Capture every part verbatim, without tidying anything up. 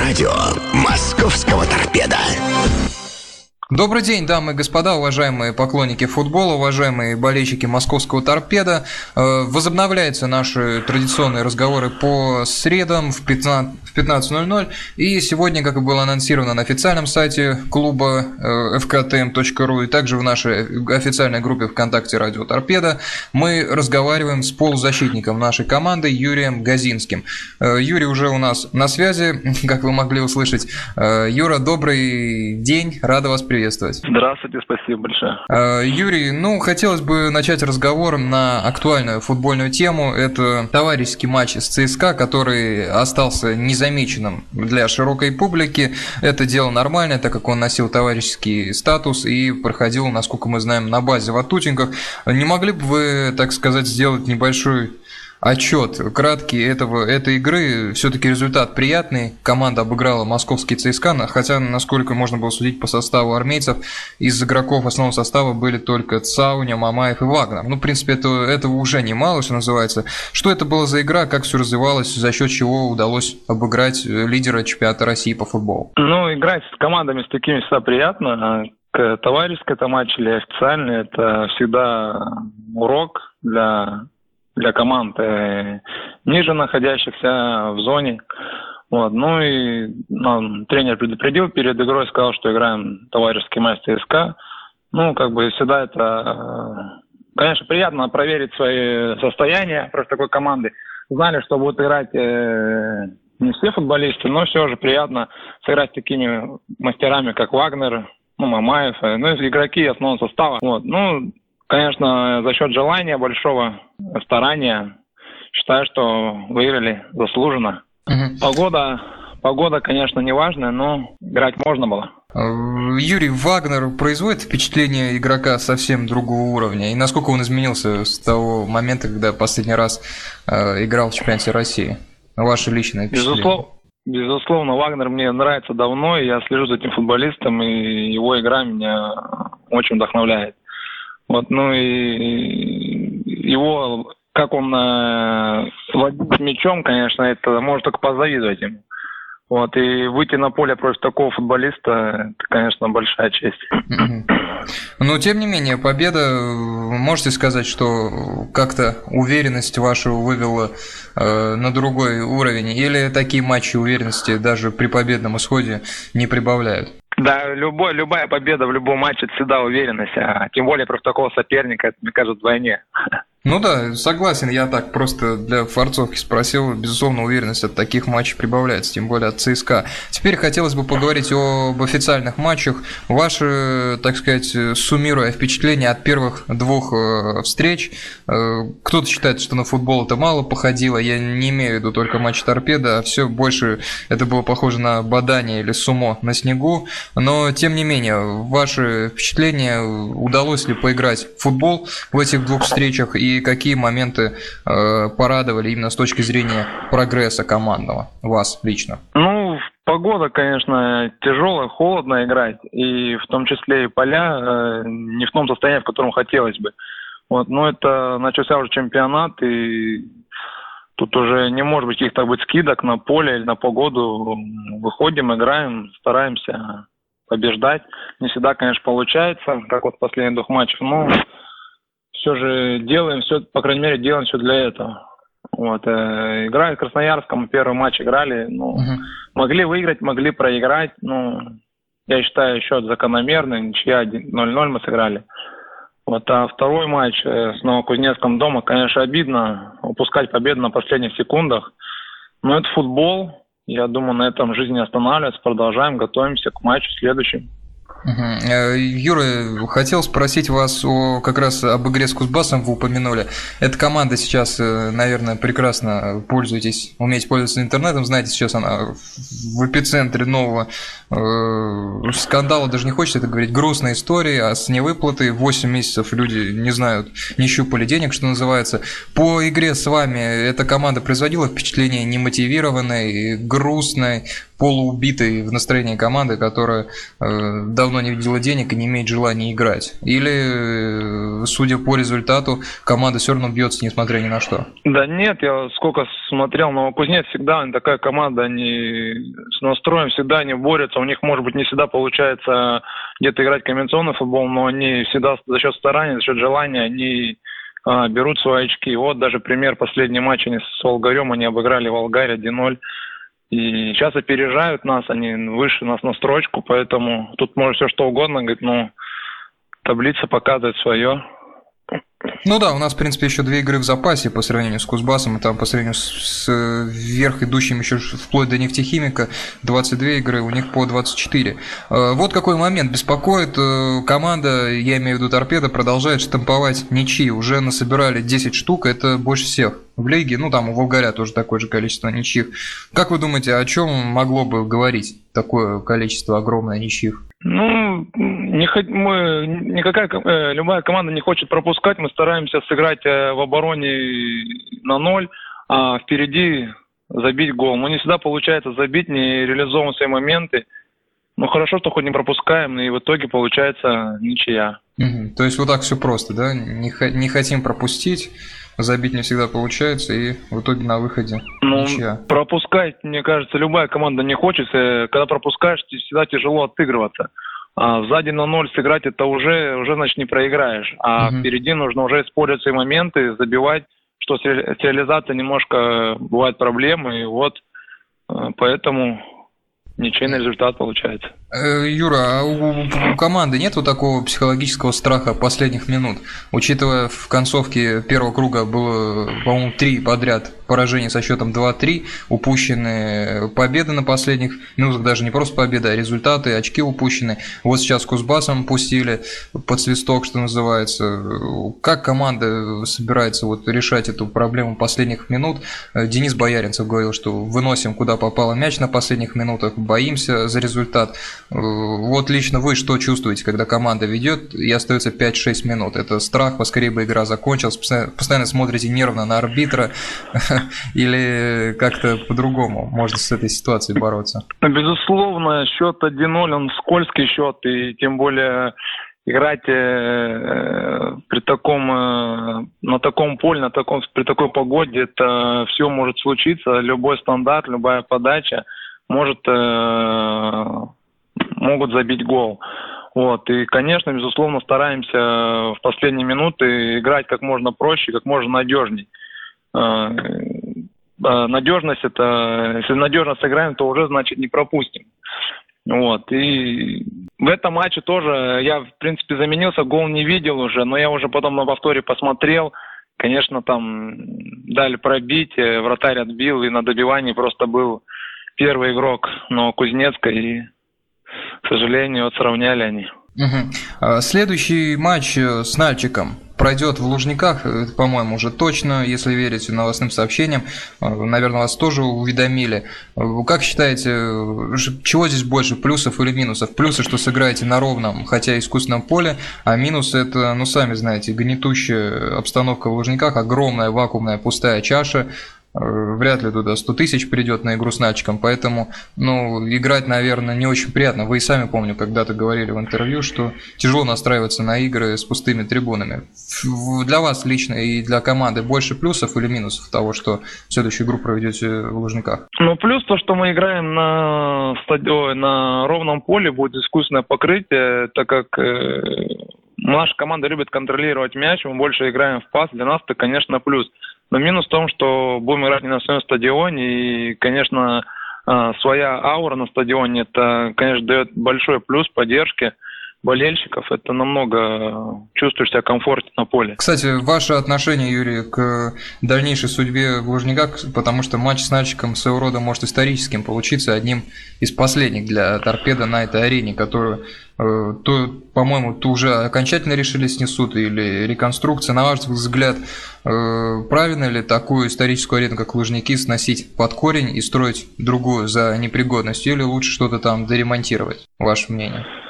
радио московского торпеда. Добрый день, дамы и господа, уважаемые поклонники футбола, уважаемые болельщики московского торпеда. Возобновляются наши традиционные разговоры по средам в пятнадцать ноль ноль. И сегодня, как и было анонсировано на официальном сайте клуба эф ка тэ эм точка ру и также в нашей официальной группе ВКонтакте «Радио Торпеда», мы разговариваем с полузащитником нашей команды Юрием Газинским. Юрий уже у нас на связи, как вы могли услышать. Юра, добрый день, рада вас приветствовать. Здравствуйте, спасибо большое. Юрий, ну, хотелось бы начать разговор на актуальную футбольную тему. Это товарищеский матч с ЦСКА, который остался незамеченным для широкой публики. Это дело нормальное, так как он носил товарищеский статус и проходил, насколько мы знаем, на базе Ватутинках. Не могли бы вы, так сказать, сделать небольшой отчет краткий этого, этой игры? Все-таки результат приятный. Команда обыграла московский ЦСКА, хотя, насколько можно было судить по составу армейцев, из игроков основного состава были только Цауня, Мамаев и Вагнер. Ну, в принципе, это, этого уже немало, что называется. Что это была за игра, как все развивалось, за счет чего удалось обыграть лидера чемпионата России по футболу? Ну, играть с командами с такими всегда приятно. К товарищеской это матч или официальный, это всегда урок для... для команд э, ниже находящихся в зоне. Вот. Ну и ну, тренер предупредил перед игрой, сказал, что играем товарищеский матч ЦСКА. Ну, как бы всегда это, э, конечно, приятно проверить свои состояния против такой команды. Знали, что будут играть э, не все футболисты, но все же приятно сыграть с такими мастерами, как Вагнер, ну, Мамаев, э, ну, игроки основного состава. Вот. Ну, конечно, за счет желания большого, старания, считаю, что выиграли заслуженно. Угу. Погода, погода, конечно, не важная, но играть можно было. Юрий, Вагнер производит впечатление игрока совсем другого уровня? И насколько он изменился с того момента, когда последний раз э, играл в чемпионате России? Ваше личное впечатление? Безусловно. Безусловно, Вагнер мне нравится давно, и я слежу за этим футболистом, и его игра меня очень вдохновляет. Вот, ну и его, как он э, владеет мячом, конечно, это может только позавидовать ему. Вот, и выйти на поле против такого футболиста, это, конечно, большая честь. Но, тем не менее, победа, можете сказать, что как-то уверенность вашу вывела э, на другой уровень? Или такие матчи уверенности даже при победном исходе не прибавляют? Да, любой, любая победа в любом матче – это всегда уверенность, а тем более против такого соперника, это, мне кажется, вдвойне. Ну да, согласен, я так просто для форцовки спросил. Безусловно, уверенность от таких матчей прибавляется, тем более от ЦСКА. Теперь хотелось бы поговорить об официальных матчах. Ваши, так сказать, суммируя впечатления от первых двух встреч, кто-то считает, что на футбол это мало походило, я не имею в виду только матч Торпеда, а все больше это было похоже на бадание или сумо на снегу. Но, тем не менее, ваши впечатления, удалось ли поиграть в футбол в этих двух встречах и какие моменты э, порадовали именно с точки зрения прогресса командного, вас лично? Ну, погода, конечно, тяжелая, холодно играть, и в том числе и поля э, не в том состоянии, в котором хотелось бы. Вот, но это начался уже чемпионат, и тут уже не может быть каких-то быть скидок на поле или на погоду. Выходим, играем, стараемся побеждать. Не всегда, конечно, получается, как вот в последних двух матчах, но все же делаем все, по крайней мере, делаем все для этого. Вот, э, играли в Красноярском, первый матч играли, ну, uh-huh. могли выиграть, могли проиграть, ну, я считаю, счет закономерный, ничья ноль ноль мы сыграли. Вот, а второй матч э, с Новокузнецком дома, конечно, обидно упускать победу на последних секундах, но это футбол, я думаю, на этом жизнь не останавливается, продолжаем, готовимся к матчу следующему. Угу. Юра, хотел спросить вас о, как раз об игре с Кузбассом, вы упомянули. Эта команда сейчас, наверное, прекрасно пользуетесь, умеете пользоваться интернетом, знаете, сейчас она в эпицентре нового э, скандала, даже не хочется это говорить, грустной истории, а с невыплатой восемь месяцев люди не знают, не щупали денег, что называется. По игре с вами эта команда производила впечатление немотивированной, грустной, полуубитой в настроении команды, которая э, давно не видела денег и не имеет желания играть? Или, э, судя по результату, команда все равно бьется, несмотря ни на что? Да нет, я сколько смотрел, Новокузнец всегда они такая команда, они с настроем всегда они борются, у них, может быть, не всегда получается где-то играть комбинационный футбол, но они всегда за счет старания, за счет желания, они а, берут свои очки. Вот даже пример, последний матч они с Волгарем, они обыграли Волгарь один ноль. И сейчас опережают нас, они выше нас на строчку, поэтому тут может все что угодно, говорит, ну, таблица показывает свое. Ну да, у нас, в принципе, еще две игры в запасе по сравнению с Кузбассом, и там по сравнению с, с вверх идущим еще вплоть до Нефтехимика, двадцать две игры, у них по двадцать четыре. Вот какой момент беспокоит. Команда, я имею в виду Торпедо, продолжает штамповать ничьи. Уже насобирали десять штук, это больше всех в лиге. Ну, там у Волгаря тоже такое же количество ничьих. Как вы думаете, о чем могло бы говорить такое количество огромное ничьих? Ну, не, мы, никакая, э, любая команда не хочет пропускать, мы стараемся сыграть э, в обороне на ноль, а впереди забить гол. Но не всегда получается забить, не реализовываем свои моменты. Ну, хорошо, что хоть не пропускаем, и в итоге получается ничья. Угу. То есть вот так все просто, да? Не, не хотим пропустить, забить не всегда получается, и в итоге на выходе ну, ничья. Пропускать, мне кажется, любая команда не хочет. Когда пропускаешь, всегда тяжело отыгрываться. А сзади на ноль сыграть, это уже, уже значит, не проиграешь. А угу. впереди нужно уже использовать свои моменты, забивать, что с реализацией немножко бывают проблемы. И вот поэтому ничейный результат получается. Юра, а у, у команды нет вот такого психологического страха последних минут? Учитывая, в концовке первого круга было, по-моему, три подряд поражения со счетом два-три, упущены победы на последних минутах, даже не просто победа, а результаты, очки упущены. Вот сейчас с Кузбассом пустили под свисток, что называется. Как команда собирается вот решать эту проблему последних минут? Денис Бояринцев говорил, что выносим куда попало мяч на последних минутах, боимся за результат. Вот лично вы что чувствуете, когда команда ведет и остается пять-шесть минут? Это страх, поскорее бы игра закончилась, постоянно, постоянно смотрите нервно на арбитра или как-то по-другому можно с этой ситуацией бороться? Безусловно, счет один ноль, он скользкий счет, и тем более играть э, при таком, э, на таком поле, на таком, при такой погоде, это все может случиться, любой стандарт, любая подача может... Э, могут забить гол. Вот. И, конечно, безусловно, стараемся в последние минуты играть как можно проще, как можно надежней. Надежность это, если надежно сыграем, то уже, значит, не пропустим. Вот. И в этом матче тоже я, в принципе, заменился, гол не видел уже, но я уже потом на повторе посмотрел. Конечно, там дали пробить, вратарь отбил, и на добивании просто был первый игрок Новокузнецка, и к сожалению, вот сравняли они. Угу. Следующий матч с Нальчиком пройдет в Лужниках, это, по-моему, уже точно, если верить новостным сообщениям. Наверное, вас тоже уведомили. Как считаете, чего здесь больше, плюсов или минусов? Плюсы, что сыграете на ровном, хотя искусственном поле, а минусы это, ну, сами знаете, гнетущая обстановка в Лужниках, огромная вакуумная пустая чаша. Вряд ли туда сто тысяч придет на игру с Нальчиком, поэтому, ну, играть, наверное, не очень приятно. Вы и сами, помню, когда-то говорили в интервью, что тяжело настраиваться на игры с пустыми трибунами. Для вас лично и для команды больше плюсов или минусов того, что следующую игру проведете в Лужниках? Ну, плюс то, что мы играем на стадионе, на ровном поле, будет искусственное покрытие, так как э, наша команда любит контролировать мяч, мы больше играем в пас, для нас это, конечно, плюс. Но минус в том, что будем играть не на своем стадионе, и, конечно, своя аура на стадионе, это, конечно, дает большой плюс поддержки болельщиков, это намного чувствуешь себя комфортнее на поле. Кстати, ваше отношение, Юрий, к дальнейшей судьбе в Лужниках, потому что матч с Нальчиком своего рода может историческим получиться, одним из последних для Торпедо на этой арене, которую, то, по-моему, то уже окончательно решили снесут, или реконструкция. На ваш взгляд, правильно ли такую историческую арену, как Лужники, сносить под корень и строить другую за непригодностью, или лучше что-то там доремонтировать? Ваше мнение? Ну,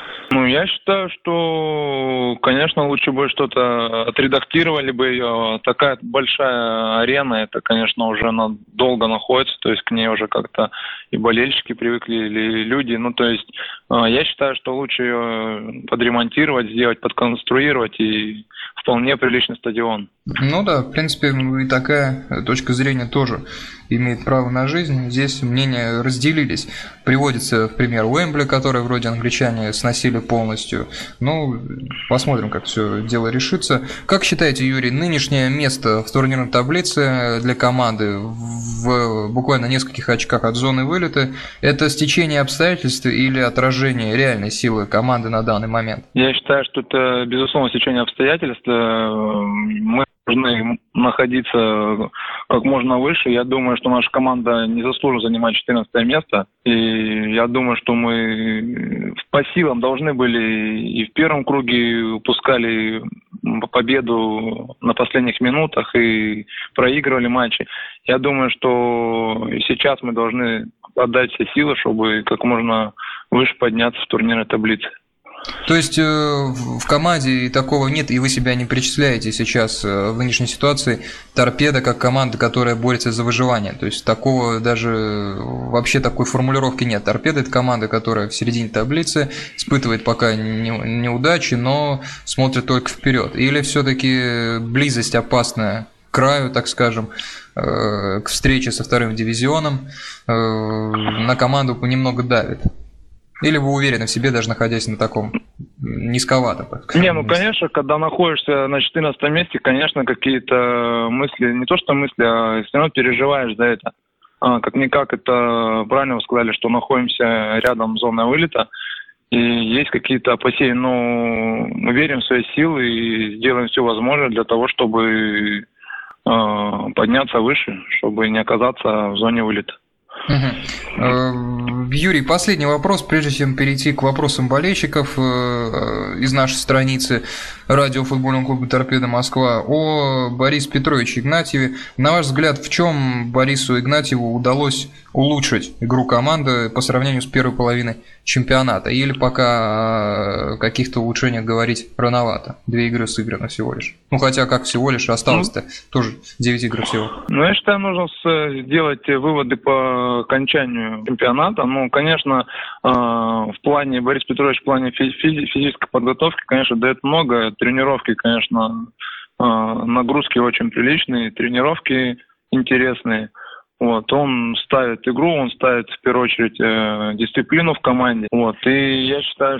Ну, я считаю, что, конечно, лучше бы что-то отредактировали бы ее. Такая большая арена, это, конечно, уже она долго находится, то есть к ней уже как-то и болельщики привыкли, и люди. Ну, то есть я считаю, что лучше ее подремонтировать, сделать, подконструировать, и вполне приличный стадион. Ну да, в принципе, и такая точка зрения тоже имеет право на жизнь. Здесь мнения разделились. Приводится в пример Уэмбли, который вроде англичане сносили полностью. Ну, посмотрим, как все дело решится. Как считаете, Юрий, нынешнее место в турнирной таблице для команды в буквально нескольких очках от зоны вылета, это стечение обстоятельств или отражение реальной силы команды на данный момент? Я считаю, что это, безусловно, стечение обстоятельств. Мы должны находиться как можно выше. Я думаю, что наша команда не заслуживает занимать четырнадцатое место. И я думаю, что мы по силам должны были и в первом круге упускали победу на последних минутах и проигрывали матчи. Я думаю, что сейчас мы должны отдать все силы, чтобы как можно выше подняться в турнирной таблице. То есть э, в команде такого нет, и вы себя не причисляете сейчас э, в нынешней ситуации Торпедо как команда, которая борется за выживание. То есть такого даже вообще такой формулировки нет. Торпедо – это команда, которая в середине таблицы, испытывает пока не, неудачи, но смотрит только вперед. Или все-таки близость опасная к краю, так скажем, э, к встрече со вторым дивизионом э, на команду немного давит? Или вы уверены в себе, даже находясь на таком низковатом? Не, ну, конечно, когда находишься на четырнадцатом месте, конечно, какие-то мысли, не то что мысли, а все равно переживаешь за это. А, как-никак, это правильно вы сказали, что находимся рядом с зоной вылета, и есть какие-то опасения, но мы верим в свои силы и сделаем все возможное для того, чтобы э, подняться выше, чтобы не оказаться в зоне вылета. Угу. Юрий, последний вопрос, прежде чем перейти к вопросам болельщиков из нашей страницы радиофутбольного клуба «Торпедо Москва» о Борисе Петровиче Игнатьеве. На ваш взгляд, в чем Борису Игнатьеву удалось улучшить игру команды по сравнению с первой половиной чемпионата? Или пока о каких-то улучшениях говорить рановато? Две игры сыграно всего лишь. Ну, хотя как всего лишь, осталось-то ну, тоже девять игр всего. Ну, я считаю, нужно сделать выводы по окончанию чемпионата. Ну, конечно, в плане, Борис Петрович в плане физической подготовки, конечно, дает много. Тренировки, конечно, нагрузки очень приличные, тренировки интересные. Вот, он ставит игру, он ставит в первую очередь э, дисциплину в команде. Вот, и я считаю,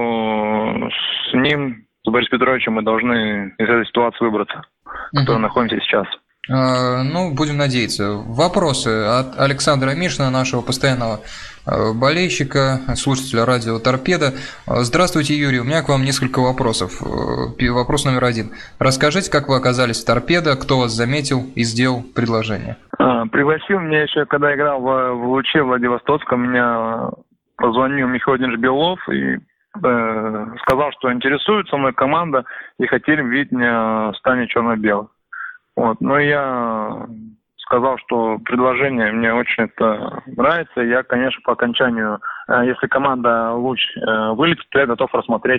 что с ним, с Борисом Петровичем, мы должны из этой ситуации выбраться, в которой uh-huh. находимся сейчас. Uh, ну, будем надеяться. Вопросы от Александра Мишина, нашего постоянного болельщика, слушателя радио «Торпедо». Здравствуйте, Юрий, у меня к вам несколько вопросов. Вопрос номер один. Расскажите, как вы оказались в «Торпедо», кто вас заметил и сделал предложение? А, пригласил меня еще, когда играл в, в Луче Владивостокском, меня позвонил Михаил Владимирович Белов и э, сказал, что интересуется мной команда и хотели видеть меня в стане черно-белых. Вот, но я сказал, что предложение мне очень это нравится. Я, конечно, по окончанию, если команда луч вылетит, то я готов рассмотреть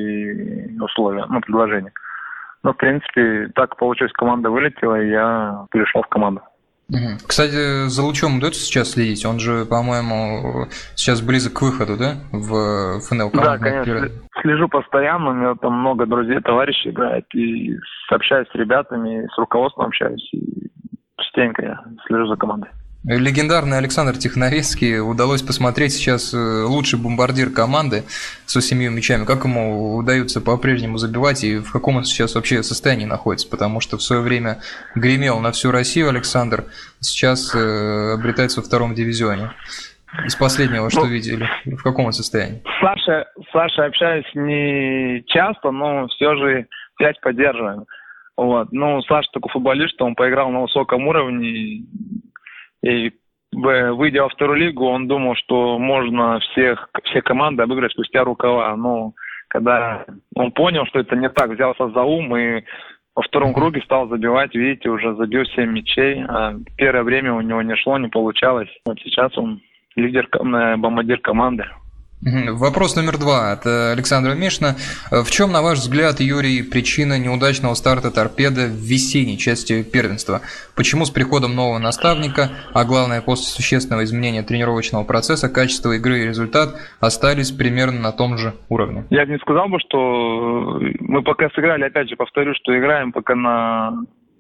эти условия, ну, предложения. Но, в принципе, так получилось, команда вылетела, и я перешел в команду. Кстати, за Лучом удается сейчас следить? Он же, по-моему, сейчас близок к выходу, да? В ФНЛ команду. Да, конечно. Слежу постоянно, у меня там много друзей, товарищей играет, и общаюсь с ребятами, с руководством общаюсь, и частенько я слежу за командой. Легендарный Александр Тихоновецкий, удалось посмотреть сейчас лучший бомбардир команды со семью мячами. Как ему удается по-прежнему забивать и в каком он сейчас вообще состоянии находится? Потому что в свое время гремел на всю Россию Александр, сейчас обретается во втором дивизионе. Из последнего, что ну, видели, в каком он состоянии? Саша, Саша общаюсь не часто, но все же связь поддерживаем. Вот. Ну, Саша такой футболист, что он поиграл на высоком уровне. И выйдя во вторую лигу, он думал, что можно всех, все команды обыграть спустя рукава. Но когда он понял, что это не так, взялся за ум и во втором круге стал забивать. Видите, уже забил семь мячей. А первое время у него не шло, не получалось. Вот сейчас он лидер, бомбардир команды. Вопрос номер два от Александра Мишина. В чем, на ваш взгляд, Юрий, причина неудачного старта «Торпедо» в весенней части первенства? Почему с приходом нового наставника, а главное после существенного изменения тренировочного процесса, качество игры и результат остались примерно на том же уровне? Я бы не сказал бы, что мы пока сыграли, опять же повторю, что играем пока на...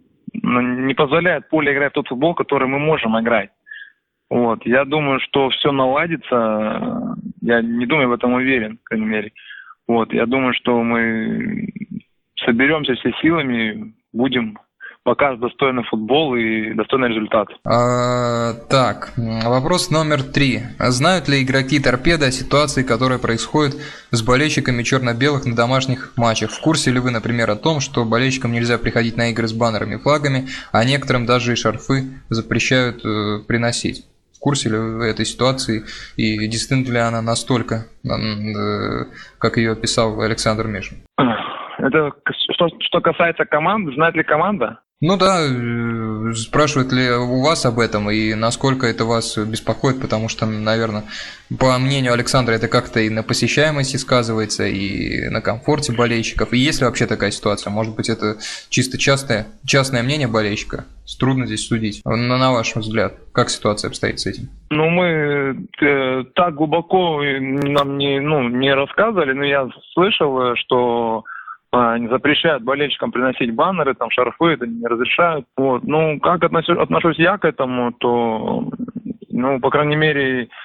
не позволяет поле играть в тот футбол, который мы можем играть. Вот. Я думаю, что все наладится. Я не думаю, в этом уверен, по крайней мере. Вот. Я думаю, что мы соберемся все силами, будем показывать достойный футбол и достойный результат. А, так, вопрос номер три. Знают ли игроки «Торпедо» о ситуации, которая происходит с болельщиками черно-белых на домашних матчах? В курсе ли вы, например, о том, что болельщикам нельзя приходить на игры с баннерами и флагами, а некоторым даже и шарфы запрещают э, приносить? В курсе ли вы этой ситуации и действительно ли она настолько, э, как ее описал Александр Мишин? Это что, что касается команд, знает ли команда? Ну да, спрашивают ли у вас об этом и насколько это вас беспокоит, потому что, наверное, по мнению Александра, это как-то и на посещаемости сказывается, и на комфорте болельщиков. И есть ли вообще такая ситуация? Может быть, это чисто частное, частное мнение болельщика? Трудно здесь судить. На, на ваш взгляд, как ситуация обстоит с этим? Ну, мы э, так глубоко нам не, ну, не рассказывали, но я слышал, что не запрещают болельщикам приносить баннеры, там, шарфы, это не разрешают. Вот. Ну, как отношусь, отношусь я к этому, то, ну, по крайней мере, э,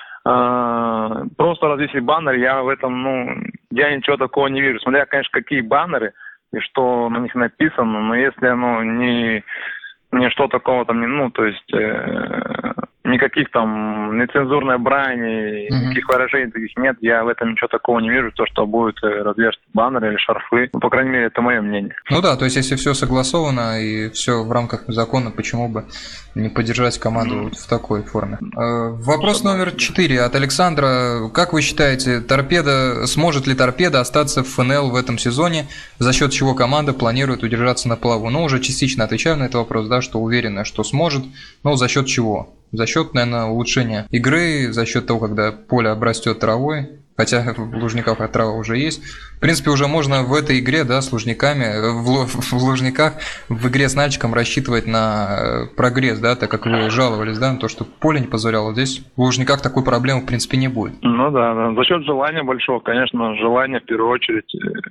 просто развесить баннер, я в этом, ну, я ничего такого не вижу. Смотря, конечно, какие баннеры и что на них написано, но если оно не, не что такого там, не, ну, то есть э, никаких там нецензурной брани, mm-hmm. никаких выражений таких нет, я в этом ничего такого не вижу, то, что будет развешивать баннеры или шарфы. Ну, по крайней мере, это мое мнение. Ну да, то есть, если все согласовано и все в рамках закона, почему бы не поддержать команду mm-hmm. вот в такой форме? Вопрос что номер четыре от Александра. Как вы считаете, «Торпедо», сможет ли «Торпедо» остаться в эф эн эл в этом сезоне, за счет чего команда планирует удержаться на плаву? Ну, уже частично отвечаю на этот вопрос, да, что уверена, что сможет, но за счет чего? За счет, наверное, улучшения игры, за счет того, когда поле обрастет травой, хотя в Лужниках трава уже есть. В принципе, уже можно в этой игре, да, с Лужниками, в, в Лужниках, в игре с Нальчиком рассчитывать на прогресс, да, так как вы жаловались, да, на то, что поле не позволяло. Здесь в Лужниках такой проблемы, в принципе, не будет. Ну да, да. За счет желания большого, конечно, желание в первую очередь.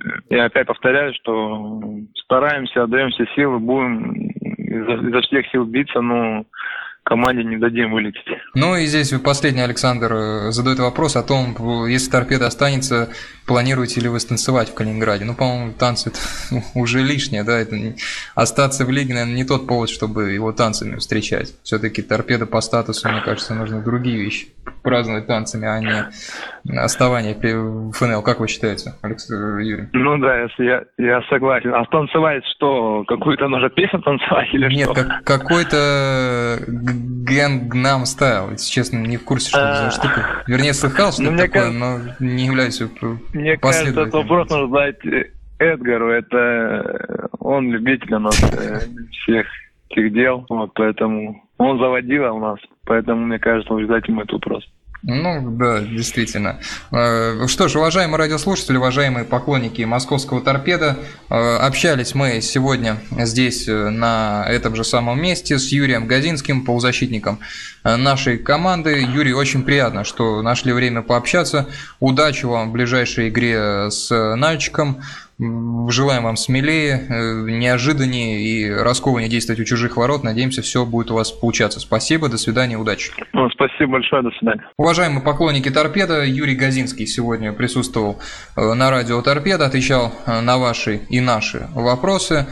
Я опять повторяю, что стараемся, отдаем все силы, будем изо, изо всех сил биться, но команде не дадим вылететь. Ну и здесь последний Александр задает вопрос о том, если «Торпедо» останется, планируете ли вы станцевать в Калининграде? Ну, по-моему, танцы это уже лишнее, да, это не... остаться в лиге, наверное, не тот повод, чтобы его танцами встречать. Все-таки «Торпедо» по статусу, мне кажется, нужны другие вещи праздновать танцами, а не оставание в эф эн эл. Как вы считаете, Александр Юрий? Ну да, я, я согласен. А танцевать что? Какую-то нужно песню танцевать или Нет, что? Нет, как, какой-то Гэнгнам Стайл, если честно, не в курсе, что это за штука. Вернее, слыхал, что это такое, но не являюсь последователем. Мне кажется, этот вопрос нужно задать Эдгару. Это он любитель у нас всех этих дел, вот поэтому он заводила у нас, поэтому, мне кажется, он задать ему этот вопрос. Ну, да, действительно. Что ж, уважаемые радиослушатели, уважаемые поклонники московского «Торпедо», общались мы сегодня здесь, на этом же самом месте, с Юрием Годинским, полузащитником нашей команды. Юрий, очень приятно, что нашли время пообщаться. Удачи вам в ближайшей игре с Нальчиком. Желаем вам смелее, неожиданнее и раскованнее действовать у чужих ворот. Надеемся, все будет у вас получаться. Спасибо, до свидания, удачи. Ну, спасибо большое, до свидания. Уважаемые поклонники «Торпедо», Юрий Годинский сегодня присутствовал на радио «Торпедо», отвечал на ваши и наши вопросы.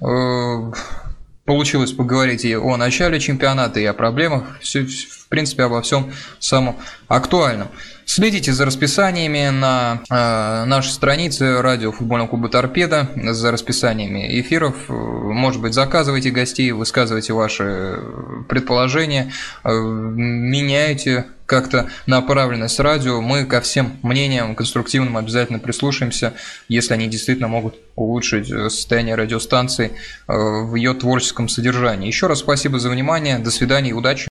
Получилось поговорить и о начале чемпионата, и о проблемах, в принципе, обо всем самом актуальном. Следите за расписаниями на э, нашей странице радио футбольного клуба «Торпедо», за расписаниями эфиров. Может быть, заказывайте гостей, высказывайте ваши предположения, э, меняйте как-то направленность радио. Мы ко всем мнениям конструктивным обязательно прислушаемся, если они действительно могут улучшить состояние радиостанции э, в ее творческом содержании. Еще раз спасибо за внимание, до свидания и удачи.